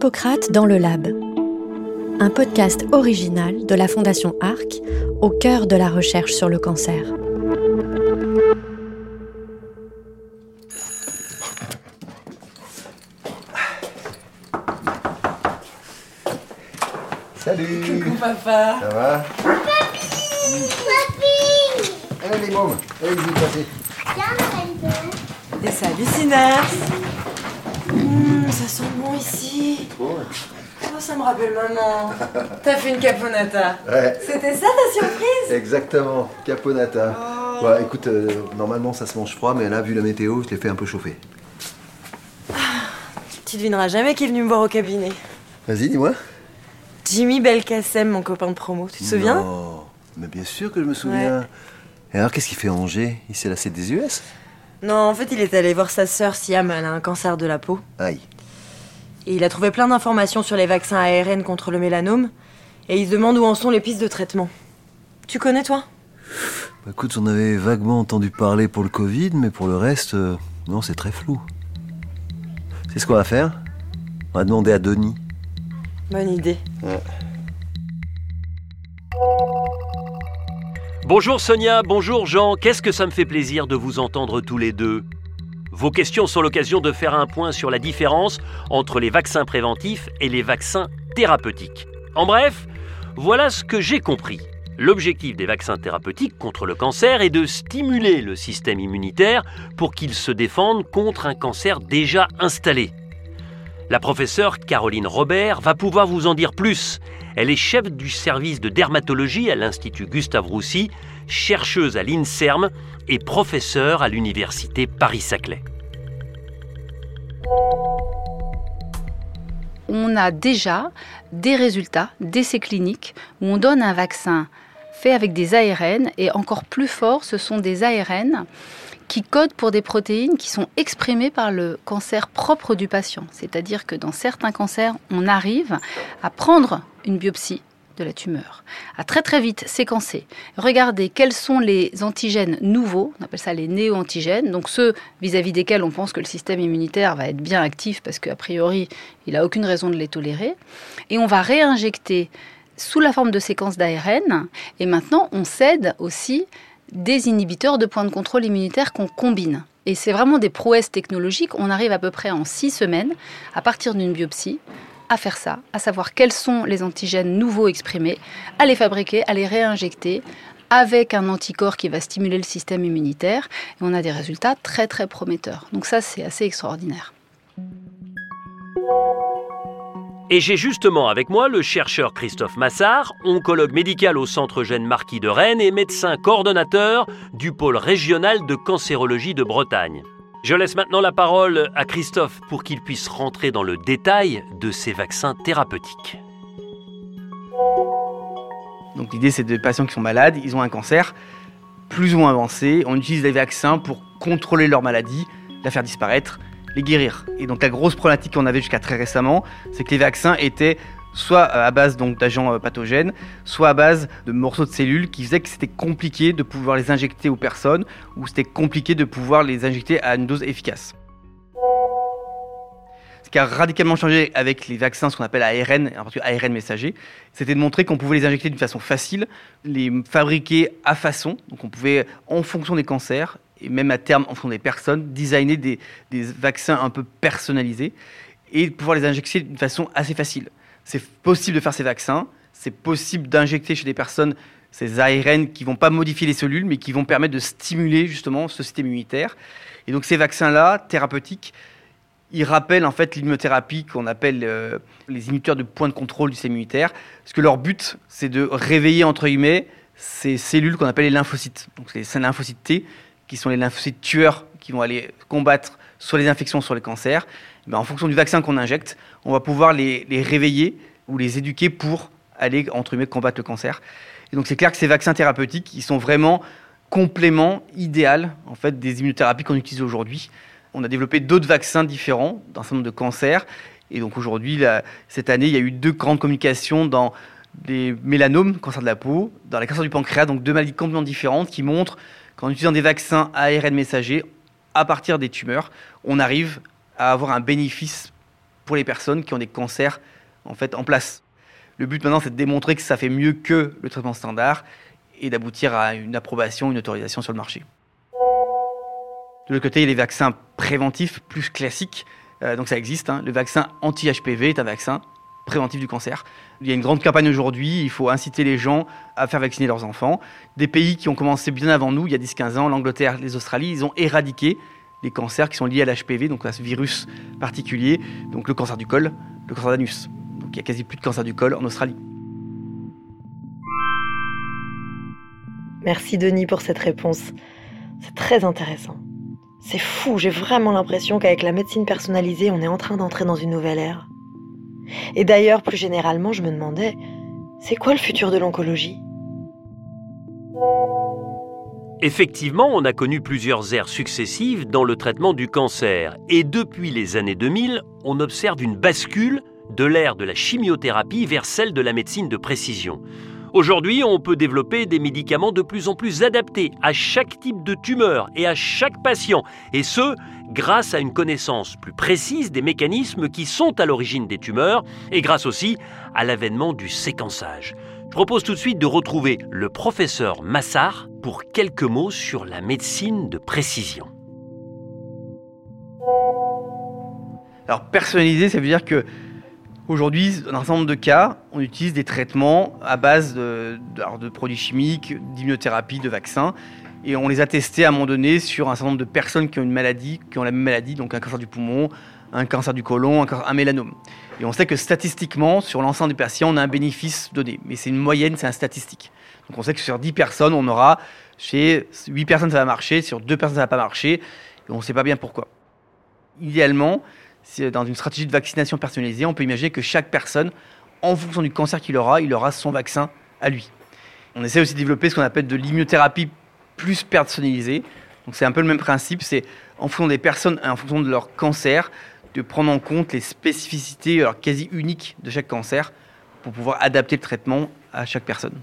Hippocrate dans le Lab, un podcast original de la Fondation Arc au cœur de la recherche sur le cancer. Salut. Coucou papa. Ça va? Papy! Allez les mômes, allez vous passer. Et salut Synapse. Ça sent bon ici. Bon. Oh, ça me rappelle maman. T'as fait une caponata. Ouais. C'était ça ta surprise? Exactement, caponata. Oh. Ouais, écoute, normalement ça se mange froid, mais là, vu la météo, je l'ai fait un peu chauffer. Tu devineras jamais qui est venu me voir au cabinet. Vas-y, dis-moi. Jimmy Belkacem, mon copain de promo. Tu te souviens? Non, mais bien sûr que je me souviens. Et alors, qu'est-ce qu'il fait à Angers? Il s'est lassé des US? Non, en fait, il est allé voir sa sœur Siam, elle a un cancer de la peau. Aïe. Et il a trouvé plein d'informations sur les vaccins ARN contre le mélanome. Et il se demande où en sont les pistes de traitement. Tu connais, toi? Bah, écoute, j'en avais vaguement entendu parler pour le Covid, mais pour le reste, non, c'est très flou. C'est ce qu'on va faire? On va demander à Denis. Bonne idée. Ouais. Bonjour Sonia, bonjour Jean, qu'est-ce que ça me fait plaisir de vous entendre tous les deux. Vos questions sont l'occasion de faire un point sur la différence entre les vaccins préventifs et les vaccins thérapeutiques. En bref, voilà ce que j'ai compris. L'objectif des vaccins thérapeutiques contre le cancer est de stimuler le système immunitaire pour qu'il se défende contre un cancer déjà installé. La professeure Caroline Robert va pouvoir vous en dire plus. Elle est chef du service de dermatologie à l'Institut Gustave-Roussy, chercheuse à l'INSERM et professeure à l'Université Paris-Saclay. On a déjà des résultats d'essais cliniques où on donne un vaccin fait avec des ARN et encore plus fort, ce sont des ARN qui codent pour des protéines qui sont exprimées par le cancer propre du patient. C'est-à-dire que dans certains cancers, on arrive à prendre une biopsie de la tumeur, à très très vite séquencer, regarder quels sont les antigènes nouveaux, on appelle ça les néo-antigènes, donc ceux vis-à-vis desquels on pense que le système immunitaire va être bien actif parce qu'a priori, il n'a aucune raison de les tolérer, et on va réinjecter sous la forme de séquences d'ARN, et maintenant on cède aussi des inhibiteurs de points de contrôle immunitaire qu'on combine. Et c'est vraiment des prouesses technologiques. On arrive à peu près en 6 semaines, à partir d'une biopsie, à faire ça, à savoir quels sont les antigènes nouveaux exprimés, à les fabriquer, à les réinjecter avec un anticorps qui va stimuler le système immunitaire. Et on a des résultats très très prometteurs. Donc ça, c'est assez extraordinaire. Et j'ai justement avec moi le chercheur Christophe Massard, oncologue médical au Centre Gène Marquis de Rennes et médecin coordonnateur du pôle régional de cancérologie de Bretagne. Je laisse maintenant la parole à Christophe pour qu'il puisse rentrer dans le détail de ces vaccins thérapeutiques. Donc l'idée, c'est des patients qui sont malades, ils ont un cancer plus ou moins avancé. On utilise les vaccins pour contrôler leur maladie, la faire disparaître, les guérir. Et donc la grosse problématique qu'on avait jusqu'à très récemment, c'est que les vaccins étaient soit à base donc d'agents pathogènes, soit à base de morceaux de cellules qui faisaient que c'était compliqué de pouvoir les injecter aux personnes, ou c'était compliqué de pouvoir les injecter à une dose efficace. Ce qui a radicalement changé avec les vaccins, ce qu'on appelle ARN, en particulier ARN messager, c'était de montrer qu'on pouvait les injecter d'une façon facile, les fabriquer à façon, donc on pouvait, en fonction des cancers, et même à terme, en fonction des personnes, designer des vaccins un peu personnalisés, et pouvoir les injecter d'une façon assez facile. C'est possible de faire ces vaccins, c'est possible d'injecter chez des personnes ces ARN qui ne vont pas modifier les cellules, mais qui vont permettre de stimuler justement ce système immunitaire. Et donc ces vaccins-là, thérapeutiques, ils rappellent en fait l'immunothérapie qu'on appelle les inhibiteurs de points de contrôle du système immunitaire, parce que leur but, c'est de réveiller, entre guillemets, ces cellules qu'on appelle les lymphocytes. Donc c'est les lymphocytes T, qui sont les lymphocytes tueurs, qui vont aller combattre soit les infections, soit les cancers. Ben, en fonction du vaccin qu'on injecte, on va pouvoir les réveiller ou les éduquer pour aller, entre guillemets, combattre le cancer. Et donc c'est clair que ces vaccins thérapeutiques, ils sont vraiment complément idéal en fait, des immunothérapies qu'on utilise aujourd'hui. On a développé d'autres vaccins différents dans un certain nombre de cancers. Et donc aujourd'hui, cette année, il y a eu 2 grandes communications dans les mélanomes, cancer de la peau, dans les cancers du pancréas, donc 2 maladies complètement différentes qui montrent qu'en utilisant des vaccins ARN messagers, à partir des tumeurs, on arrive à avoir un bénéfice pour les personnes qui ont des cancers en place. Le but maintenant, c'est de démontrer que ça fait mieux que le traitement standard et d'aboutir à une approbation, une autorisation sur le marché. De l'autre côté, il y a les vaccins préventifs plus classiques. Donc ça existe. Le vaccin anti-HPV est un vaccin préventif du cancer. Il y a une grande campagne aujourd'hui. Il faut inciter les gens à faire vacciner leurs enfants. Des pays qui ont commencé bien avant nous, il y a 10-15 ans, l'Angleterre, les Australies, ils ont éradiqué les cancers qui sont liés à l'HPV, donc à ce virus particulier, donc le cancer du col, le cancer d'anus. Donc il n'y a quasi plus de cancer du col en Australie. Merci Denis pour cette réponse. C'est très intéressant. C'est fou, j'ai vraiment l'impression qu'avec la médecine personnalisée, on est en train d'entrer dans une nouvelle ère. Et d'ailleurs, plus généralement, je me demandais, c'est quoi le futur de l'oncologie ? Effectivement, on a connu plusieurs ères successives dans le traitement du cancer. Et depuis les années 2000, on observe une bascule de l'ère de la chimiothérapie vers celle de la médecine de précision. Aujourd'hui, on peut développer des médicaments de plus en plus adaptés à chaque type de tumeur et à chaque patient. Et ce, grâce à une connaissance plus précise des mécanismes qui sont à l'origine des tumeurs et grâce aussi à l'avènement du séquençage. Je propose tout de suite de retrouver le professeur Massard pour quelques mots sur la médecine de précision. Alors personnaliser, ça veut dire que aujourd'hui, dans un certain nombre de cas, on utilise des traitements à base de produits chimiques, d'immunothérapie, de vaccins, et on les a testés à un moment donné sur un certain nombre de personnes qui ont une maladie, qui ont la même maladie, donc un cancer du poumon, un cancer du côlon, un mélanome. Et on sait que statistiquement, sur l'ensemble des patients, on a un bénéfice donné, mais c'est une moyenne, c'est un statistique. Donc on sait que sur 10 personnes, on aura, chez 8 personnes ça va marcher, sur 2 personnes ça va pas marcher, et on ne sait pas bien pourquoi. Idéalement, dans une stratégie de vaccination personnalisée, on peut imaginer que chaque personne, en fonction du cancer qu'il aura, il aura son vaccin à lui. On essaie aussi de développer ce qu'on appelle de l'immunothérapie plus personnalisée. Donc c'est un peu le même principe, c'est en fonction des personnes, en fonction de leur cancer, de prendre en compte les spécificités quasi uniques de chaque cancer pour pouvoir adapter le traitement à chaque personne.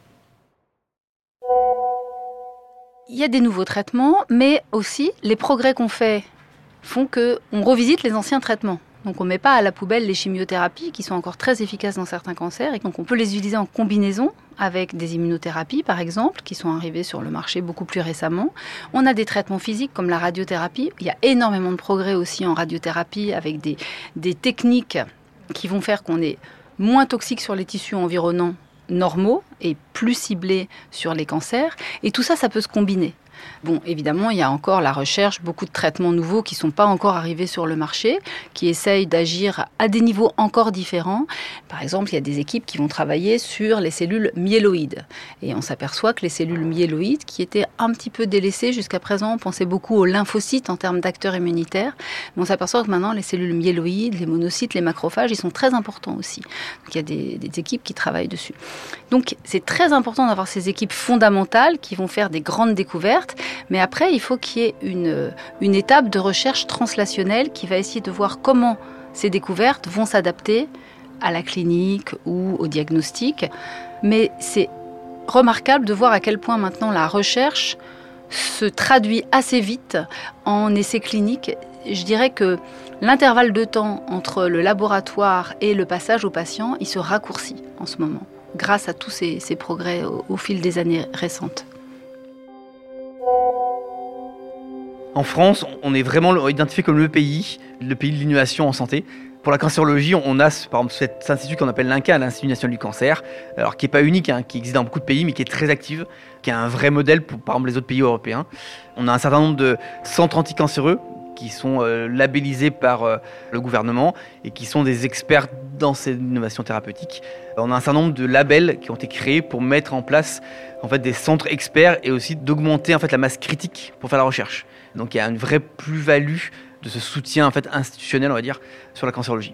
Il y a des nouveaux traitements, mais aussi les progrès qu'on fait font qu'on revisite les anciens traitements. Donc on ne met pas à la poubelle les chimiothérapies qui sont encore très efficaces dans certains cancers et donc on peut les utiliser en combinaison avec des immunothérapies par exemple qui sont arrivées sur le marché beaucoup plus récemment. On a des traitements physiques comme la radiothérapie. Il y a énormément de progrès aussi en radiothérapie avec des techniques qui vont faire qu'on est moins toxique sur les tissus environnants normaux et plus ciblés sur les cancers. Et tout ça, ça peut se combiner. Bon, évidemment, il y a encore la recherche, beaucoup de traitements nouveaux qui ne sont pas encore arrivés sur le marché, qui essayent d'agir à des niveaux encore différents. Par exemple, il y a des équipes qui vont travailler sur les cellules myéloïdes. Et on s'aperçoit que les cellules myéloïdes, qui étaient un petit peu délaissées jusqu'à présent, on pensait beaucoup aux lymphocytes en termes d'acteurs immunitaires, mais on s'aperçoit que maintenant, les cellules myéloïdes, les monocytes, les macrophages, ils sont très importants aussi. Donc, il y a des équipes qui travaillent dessus. Donc, c'est très important d'avoir ces équipes fondamentales qui vont faire des grandes découvertes. Mais après, il faut qu'il y ait une étape de recherche translationnelle qui va essayer de voir comment ces découvertes vont s'adapter à la clinique ou au diagnostic. Mais c'est remarquable de voir à quel point maintenant la recherche se traduit assez vite en essais cliniques. Je dirais que l'intervalle de temps entre le laboratoire et le passage au patient, il se raccourcit en ce moment, grâce à tous ces progrès au fil des années récentes. En France, on est vraiment identifié comme le pays de l'innovation en santé. Pour la cancérologie, on a par exemple cet institut qu'on appelle l'INCa, l'Institut national du cancer, alors qui n'est pas unique, qui existe dans beaucoup de pays, mais qui est très active, qui est un vrai modèle pour par exemple les autres pays européens. On a un certain nombre de centres anticancéreux qui sont labellisés par le gouvernement et qui sont des experts dans ces innovations thérapeutiques. On a un certain nombre de labels qui ont été créés pour mettre en place des centres experts et aussi d'augmenter la masse critique pour faire la recherche. Donc il y a une vraie plus-value de ce soutien institutionnel, on va dire, sur la cancérologie.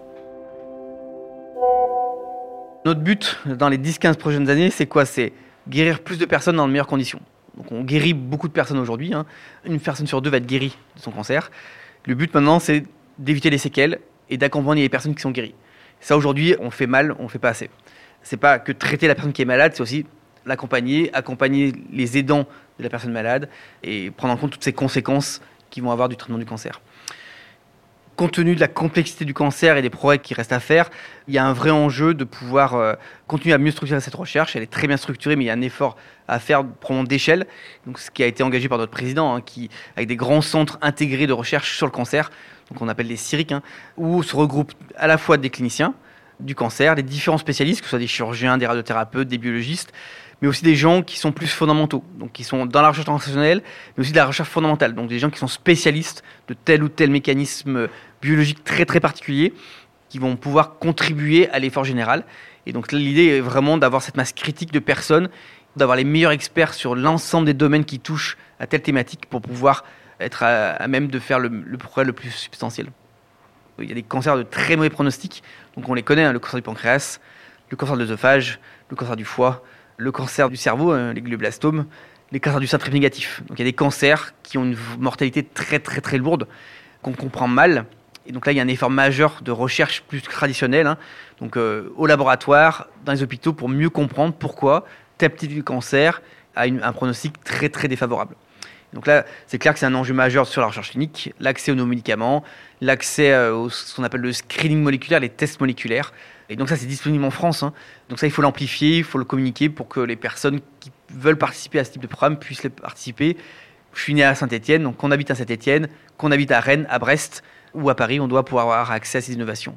Notre but dans les 10-15 prochaines années, c'est quoi ? C'est guérir plus de personnes dans de meilleures conditions. Donc on guérit beaucoup de personnes aujourd'hui. Une personne sur 2 va être guérie de son cancer. Le but maintenant, c'est d'éviter les séquelles et d'accompagner les personnes qui sont guéries. Ça, aujourd'hui, on fait mal, on ne fait pas assez. C'est pas que traiter la personne qui est malade, c'est aussi l'accompagner, accompagner les aidants de la personne malade et prendre en compte toutes ces conséquences qui vont avoir du traitement du cancer. compte tenu de la complexité du cancer et des progrès qui restent à faire, il y a un vrai enjeu de pouvoir continuer à mieux structurer cette recherche. Elle est très bien structurée, mais il y a un effort à faire probablement d'échelle. Donc, ce qui a été engagé par notre président, avec des grands centres intégrés de recherche sur le cancer, donc on appelle les CIRIC, où se regroupent à la fois des cliniciens du cancer, des différents spécialistes, que ce soit des chirurgiens, des radiothérapeutes, des biologistes, mais aussi des gens qui sont plus fondamentaux, donc qui sont dans la recherche transactionnelle, mais aussi de la recherche fondamentale, donc des gens qui sont spécialistes de tel ou tel mécanisme biologique très très particulier, qui vont pouvoir contribuer à l'effort général. Et donc l'idée est vraiment d'avoir cette masse critique de personnes, d'avoir les meilleurs experts sur l'ensemble des domaines qui touchent à telle thématique pour pouvoir être à même de faire le progrès le plus substantiel. Il y a des cancers de très mauvais pronostics, donc on les connaît, le cancer du pancréas, le cancer de l'œsophage, le cancer du foie, le cancer du cerveau, les glioblastomes, les cancers du sein triple négatif. Donc il y a des cancers qui ont une mortalité très très très lourde, qu'on comprend mal. Et donc là, il y a un effort majeur de recherche plus traditionnelle, donc au laboratoire, dans les hôpitaux, pour mieux comprendre pourquoi tel type de cancer a un pronostic très très défavorable. Donc là, c'est clair que c'est un enjeu majeur sur la recherche clinique, l'accès aux nouveaux médicaments, l'accès à ce qu'on appelle le screening moléculaire, les tests moléculaires. Et donc ça, c'est disponible en France. Donc ça, il faut l'amplifier, il faut le communiquer pour que les personnes qui veulent participer à ce type de programme puissent les participer. Je suis né à Saint-Étienne, donc qu'on habite à Saint-Étienne, qu'on habite à Rennes, à Brest ou à Paris, on doit pouvoir avoir accès à ces innovations.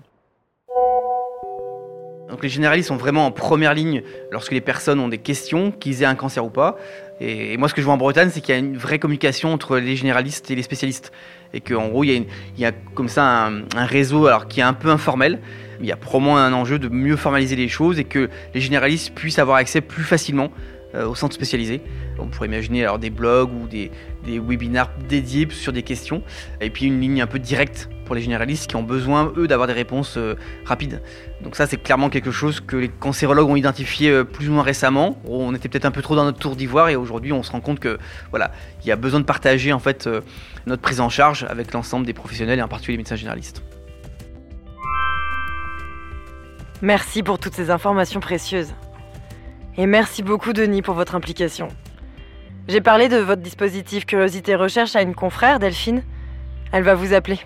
Donc les généralistes sont vraiment en première ligne lorsque les personnes ont des questions, qu'ils aient un cancer ou pas. Et moi, ce que je vois en Bretagne, c'est qu'il y a une vraie communication entre les généralistes et les spécialistes. Et qu'en gros, il y a comme ça un réseau qui est un peu informel. Il y a probablement un enjeu de mieux formaliser les choses et que les généralistes puissent avoir accès plus facilement aux centres spécialisés. On pourrait imaginer des blogs ou des webinaires dédiés sur des questions. Et puis une ligne un peu directe pour les généralistes qui ont besoin, eux, d'avoir des réponses rapides. Donc ça, c'est clairement quelque chose que les cancérologues ont identifié plus ou moins récemment. On était peut-être un peu trop dans notre tour d'ivoire et aujourd'hui, on se rend compte que il y a besoin de partager en fait notre prise en charge avec l'ensemble des professionnels et en particulier les médecins généralistes. Merci pour toutes ces informations précieuses. Et merci beaucoup, Denis, pour votre implication. J'ai parlé de votre dispositif Curiosité Recherche à une confrère, Delphine. Elle va vous appeler.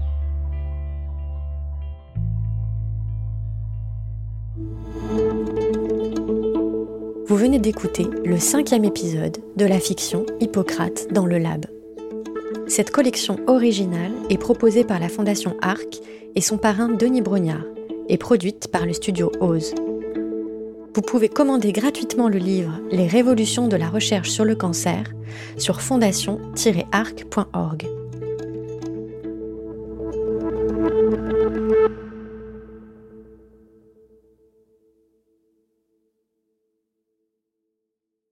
Vous venez d'écouter le 5e épisode de la fiction Hippocrate dans le Lab. Cette collection originale est proposée par la Fondation Arc et son parrain Denis Brognard et produite par le studio Ose. Vous pouvez commander gratuitement le livre « Les révolutions de la recherche sur le cancer » sur fondation-arc.org.